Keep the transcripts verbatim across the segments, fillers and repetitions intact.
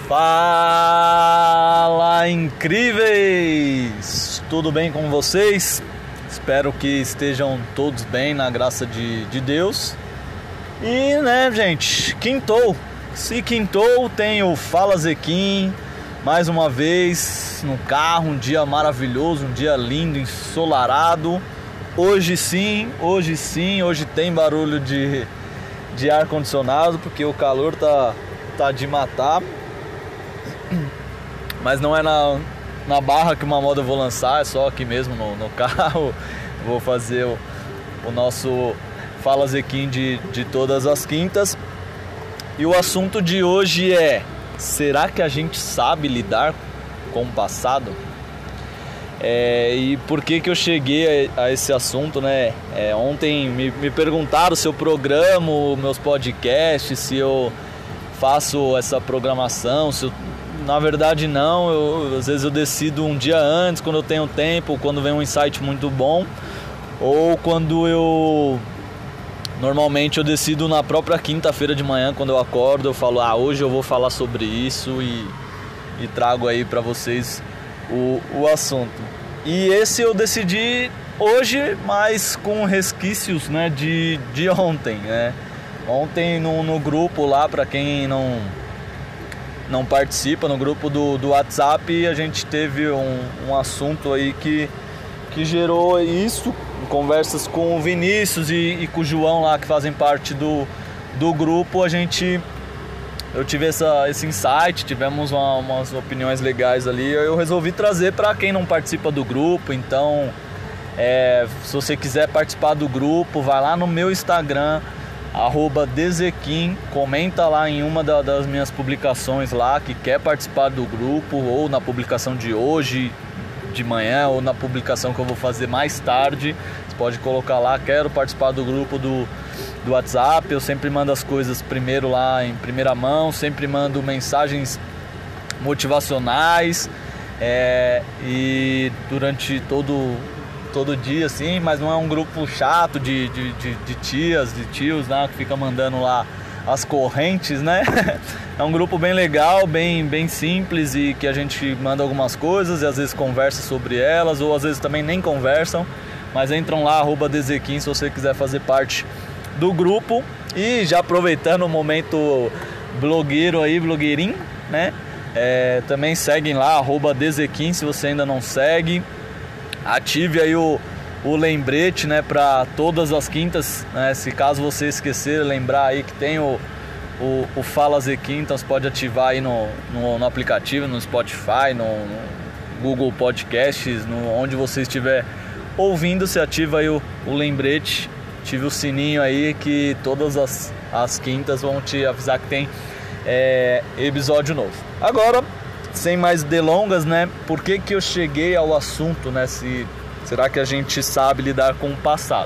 Fala, incríveis! Tudo bem com vocês? Espero que estejam todos bem na graça de, de Deus. E né, gente, quintou. Se quintou, tem o Fala Zequim mais uma vez no carro, um dia maravilhoso, um dia lindo, ensolarado. Hoje sim, hoje sim, hoje tem barulho de, de ar-condicionado, porque o calor tá, tá de matar. Mas não é na, na barra que uma moda eu vou lançar, é só aqui mesmo no, no carro. Vou fazer o, o nosso Fala Zequim de, de todas as quintas. E o assunto de hoje é: será que a gente sabe lidar com o passado? É, e por que que eu cheguei a, a esse assunto, né? É, ontem me, me perguntaram se eu programo meus podcasts, se eu faço essa programação, se eu... Na verdade não, eu, às vezes eu decido um dia antes, quando eu tenho tempo, quando vem um insight muito bom, ou quando eu... Normalmente eu decido na própria quinta-feira de manhã, quando eu acordo, eu falo, ah, hoje eu vou falar sobre isso e, e trago aí pra vocês o, o assunto. E esse eu decidi hoje, mas com resquícios, né, de, de ontem, né? Ontem no, no grupo lá, pra quem não... não participa, no grupo do, do WhatsApp, a gente teve um, um assunto aí que, que gerou isso, conversas com o Vinícius e, e com o João lá, que fazem parte do, do grupo. A gente, eu tive essa, esse insight, tivemos uma, umas opiniões legais ali, eu resolvi trazer para quem não participa do grupo. Então, é, se você quiser participar do grupo, vai lá no meu Instagram, arroba Dezequim, comenta lá em uma da, das minhas publicações lá que quer participar do grupo, ou na publicação de hoje de manhã, ou na publicação que eu vou fazer mais tarde. Você pode colocar lá, quero participar do grupo do, do WhatsApp. Eu sempre mando as coisas primeiro lá em primeira mão, sempre mando mensagens motivacionais, é, e durante todo todo dia, assim, mas não é um grupo chato de, de, de, de tias, de tios, né, que fica mandando lá as correntes, né? É um grupo bem legal, bem, bem simples, e que a gente manda algumas coisas e às vezes conversa sobre elas, ou às vezes também nem conversam, mas entram lá, arroba Dezequim, se você quiser fazer parte do grupo. E já aproveitando o momento blogueiro aí, blogueirinho, né? É, também seguem lá, arroba Dezequim, se você ainda não segue. Ative aí o, o lembrete, né, para todas as quintas, né, se caso você esquecer, lembrar aí que tem o, o, o Fala Zequim. Então você pode ativar aí no, no, no aplicativo, no Spotify, no, no Google Podcasts, no, onde você estiver ouvindo, você ativa aí o, o lembrete, ative o sininho aí, que todas as, as quintas vão te avisar que tem é, episódio novo. Agora, sem mais delongas, né? Por que que eu cheguei ao assunto, né? Se, será que a gente sabe lidar com o passado?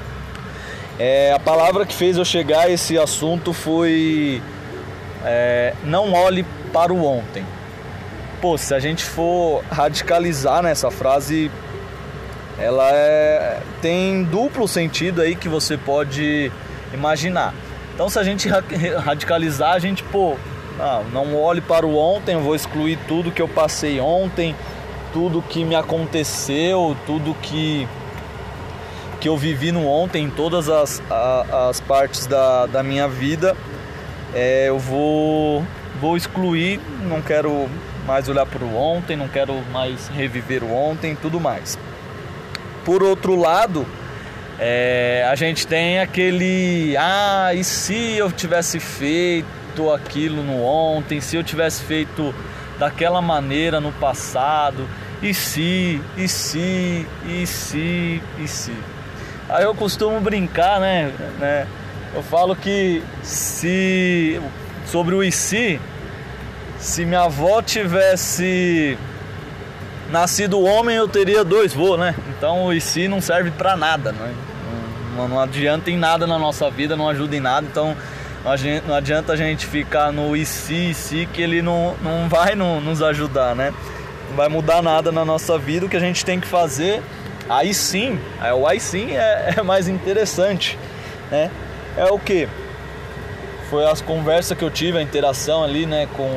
É, a palavra que fez eu chegar a esse assunto foi é, não olhe para o ontem. Pô, se a gente for radicalizar nessa frase, ela é, tem duplo sentido aí que você pode imaginar. Então, se a gente radicalizar, a gente, pô, Não, não olhe para o ontem, eu vou excluir tudo que eu passei ontem, tudo que me aconteceu, tudo que, que eu vivi no ontem, em todas as, a, as partes da, da minha vida. É, eu vou, vou excluir, não quero mais olhar para o ontem, não quero mais reviver o ontem, tudo mais. Por outro lado, é, a gente tem aquele, ah, e se eu tivesse feito aquilo no ontem, se eu tivesse feito daquela maneira no passado, e se, e se, e se, e se. Aí eu costumo brincar, né, né? Eu falo que se, sobre o e se, se minha avó tivesse nascido homem, eu teria dois vô, né? Então o e se não serve pra nada, né? Não, não adianta em nada na nossa vida, não ajuda em nada. Então não adianta a gente ficar no e se, e se, que ele não, não vai no, nos ajudar, né? Não vai mudar nada na nossa vida. O que a gente tem que fazer, aí sim, o aí sim é, é mais interessante, né? É o que? Foi as conversas que eu tive, a interação ali, né, com,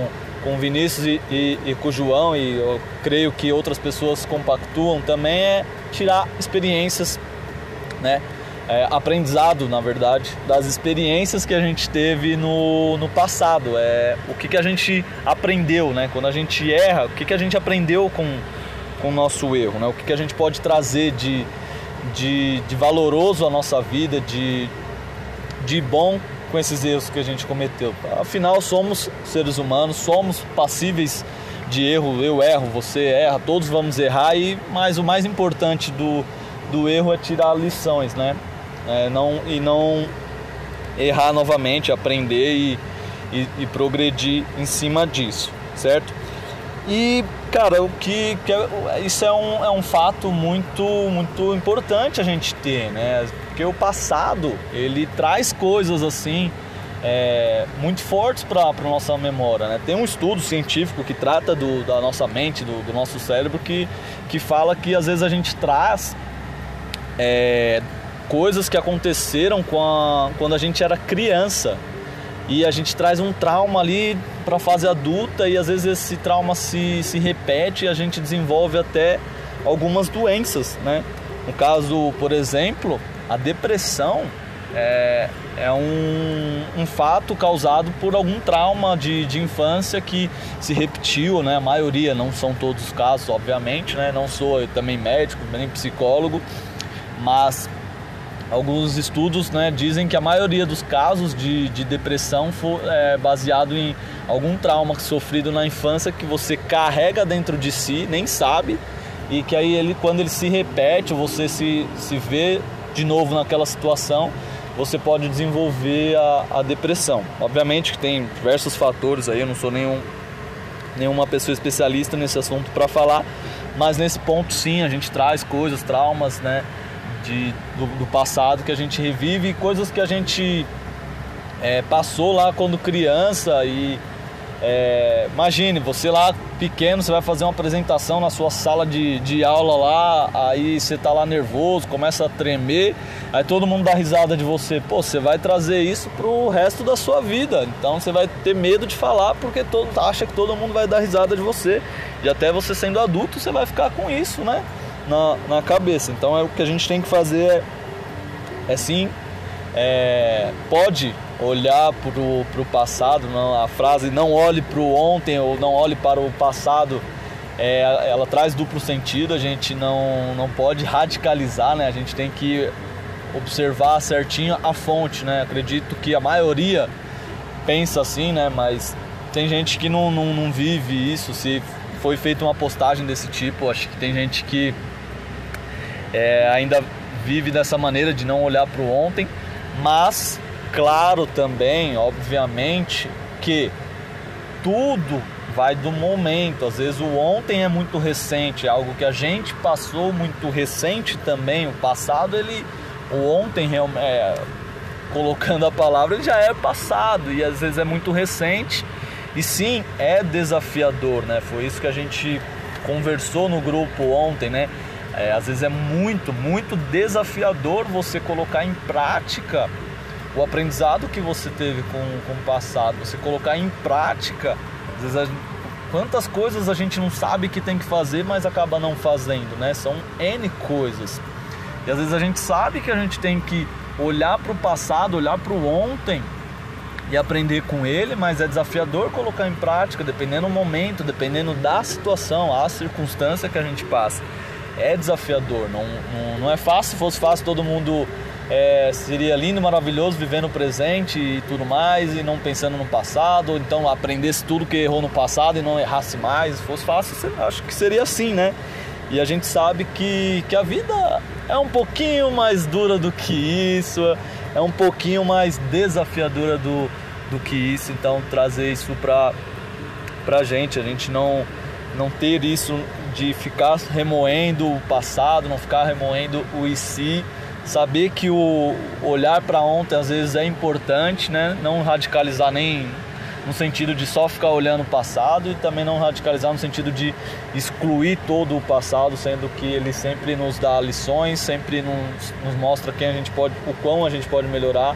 com o Vinícius e, e, e com o João, e eu creio que outras pessoas compactuam também, é tirar experiências, né? É, aprendizado, na verdade, das experiências que a gente teve no, no passado. É, o que, que a gente aprendeu, né? Quando a gente erra, o que, que a gente aprendeu com, com o nosso erro, né? O que, que a gente pode trazer de, de, de valoroso à nossa vida, de, de bom com esses erros que a gente cometeu. Afinal, somos seres humanos, somos passíveis de erro. Eu erro, você erra, todos vamos errar, e mas o mais importante do, do erro é tirar lições, né? É, não, e não errar novamente, aprender e, e, e progredir em cima disso, certo? E, cara, o que, que é, isso é um, é um fato muito, muito importante a gente ter, né? Porque o passado, ele traz coisas assim é, muito fortes para a nossa memória, né? Tem um estudo científico que trata do, da nossa mente, do, do nosso cérebro, que, que fala que às vezes a gente traz é, coisas que aconteceram com a, quando a gente era criança, e a gente traz um trauma ali para a fase adulta, e às vezes esse trauma se, se repete e a gente desenvolve até algumas doenças, né? No caso, por exemplo, a depressão é, é um, um fato causado por algum trauma de, de infância que se repetiu, né? A maioria, não são todos os casos, obviamente, né? Não sou eu também médico, nem psicólogo, mas alguns estudos, né, dizem que a maioria dos casos de, de depressão foi é, baseado em algum trauma sofrido na infância que você carrega dentro de si, nem sabe, e que aí ele, quando ele se repete, você se, se vê de novo naquela situação, você pode desenvolver a, a depressão. Obviamente que tem diversos fatores aí, eu não sou nenhum, nenhuma pessoa especialista nesse assunto para falar, mas nesse ponto sim, a gente traz coisas, traumas, né, De, do, do passado que a gente revive, coisas que a gente é, passou lá quando criança. E é, imagine, você lá pequeno, você vai fazer uma apresentação na sua sala de, de aula lá, aí você tá lá nervoso, começa a tremer, aí todo mundo dá risada de você. Pô, você vai trazer isso pro resto da sua vida, então você vai ter medo de falar porque todo, acha que todo mundo vai dar risada de você, e até você sendo adulto você vai ficar com isso, né, Na, na cabeça. Então é o que a gente tem que fazer é, é sim é, pode olhar pro, pro passado, não, a frase não olhe pro ontem ou não olhe para o passado, é, ela traz duplo sentido. A gente não, não pode radicalizar, né? A gente tem que observar certinho a fonte, né? Acredito que a maioria pensa assim, né? Mas tem gente que não, não, não vive isso. Se foi feita uma postagem desse tipo, acho que tem gente que É, ainda vive dessa maneira de não olhar para o ontem, mas claro também, obviamente, que tudo vai do momento. Às vezes o ontem é muito recente, é algo que a gente passou muito recente também. O passado, ele, o ontem, é, colocando a palavra, ele já é passado e às vezes é muito recente. E sim, é desafiador, né? Foi isso que a gente conversou no grupo ontem, né? É, às vezes é muito, muito desafiador você colocar em prática o aprendizado que você teve com, com o passado. Você colocar em prática, às vezes, a, quantas coisas a gente não sabe que tem que fazer, mas acaba não fazendo, né? São N coisas. E às vezes a gente sabe que a gente tem que olhar para o passado, olhar para o ontem e aprender com ele, mas é desafiador colocar em prática, dependendo do momento, dependendo da situação, a circunstância que a gente passa. É desafiador, não, não, não é fácil. Se fosse fácil, todo mundo é, seria lindo, maravilhoso, vivendo o presente e tudo mais, e não pensando no passado, ou então aprendesse tudo que errou no passado e não errasse mais. Se fosse fácil, acho que seria assim, né? E a gente sabe que, que a vida é um pouquinho mais dura do que isso, é um pouquinho mais desafiadora do, do que isso. Então trazer isso pra, pra gente, a gente não, não ter isso de ficar remoendo o passado, não ficar remoendo o e si, saber que o olhar para ontem às vezes é importante, né? Não radicalizar nem no sentido de só ficar olhando o passado, e também não radicalizar no sentido de excluir todo o passado, sendo que ele sempre nos dá lições, sempre nos, nos mostra quem a gente pode, o quão a gente pode melhorar,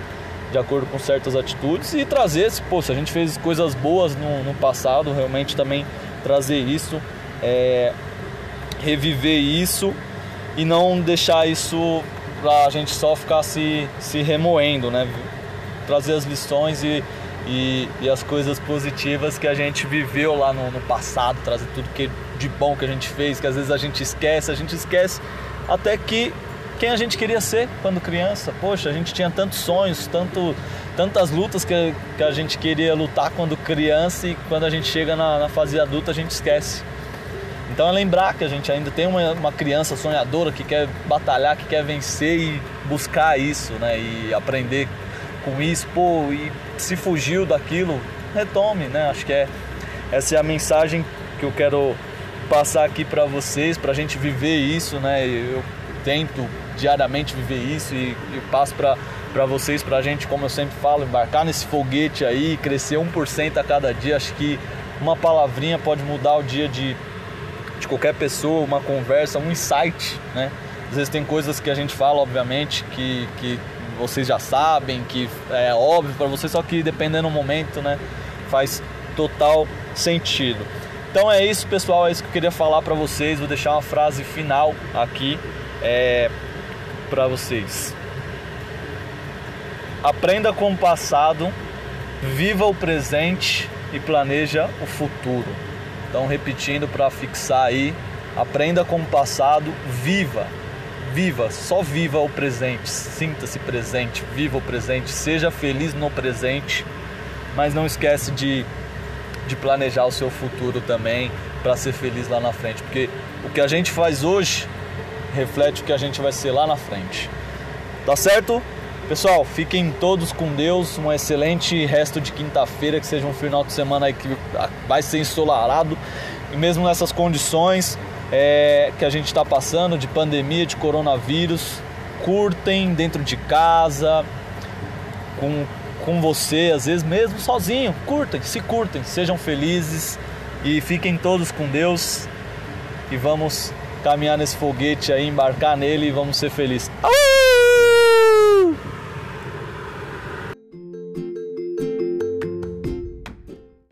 de acordo com certas atitudes e trazer, pô, se a gente fez coisas boas no, no passado, realmente também trazer isso, é, reviver isso e não deixar isso pra gente só ficar se, se remoendo, né? Trazer as lições e, e, e as coisas positivas que a gente viveu lá no, no passado, trazer tudo que de bom que a gente fez, que às vezes a gente esquece, a gente esquece até que quem a gente queria ser quando criança. Poxa, a gente tinha tantos sonhos, tanto, tantas lutas que, que a gente queria lutar quando criança, e quando a gente chega na, na fase adulta a gente esquece. Então é lembrar que a gente ainda tem uma, uma criança sonhadora que quer batalhar, que quer vencer e buscar isso, né? E aprender com isso, pô, e se fugiu daquilo, retome, né? Acho que é, essa é a mensagem que eu quero passar aqui para vocês, pra gente viver isso, né? Eu tento diariamente viver isso e, e passo para vocês, pra gente, como eu sempre falo, embarcar nesse foguete aí, crescer um por cento a cada dia. Acho que uma palavrinha pode mudar o dia de, de qualquer pessoa, uma conversa, um insight, né? Às vezes tem coisas que a gente fala, obviamente, que, que vocês já sabem, que é óbvio para vocês, só que dependendo do momento, né, faz total sentido. Então é isso, pessoal, é isso que eu queria falar para vocês. Vou deixar uma frase final aqui é, para vocês. Aprenda com o passado, viva o presente e planeja o futuro. Então, repetindo para fixar aí, aprenda com o passado, viva, viva, só viva o presente, sinta-se presente, viva o presente, seja feliz no presente, mas não esquece de, de planejar o seu futuro também para ser feliz lá na frente, porque o que a gente faz hoje reflete o que a gente vai ser lá na frente. Tá certo? Pessoal, fiquem todos com Deus, um excelente resto de quinta-feira, que seja um final de semana aí que vai ser ensolarado, e mesmo nessas condições é, que a gente está passando de pandemia, de coronavírus, curtem dentro de casa, com, com você, às vezes mesmo sozinho, curtem, se curtem, sejam felizes e fiquem todos com Deus e vamos caminhar nesse foguete aí, embarcar nele e vamos ser felizes. Ah!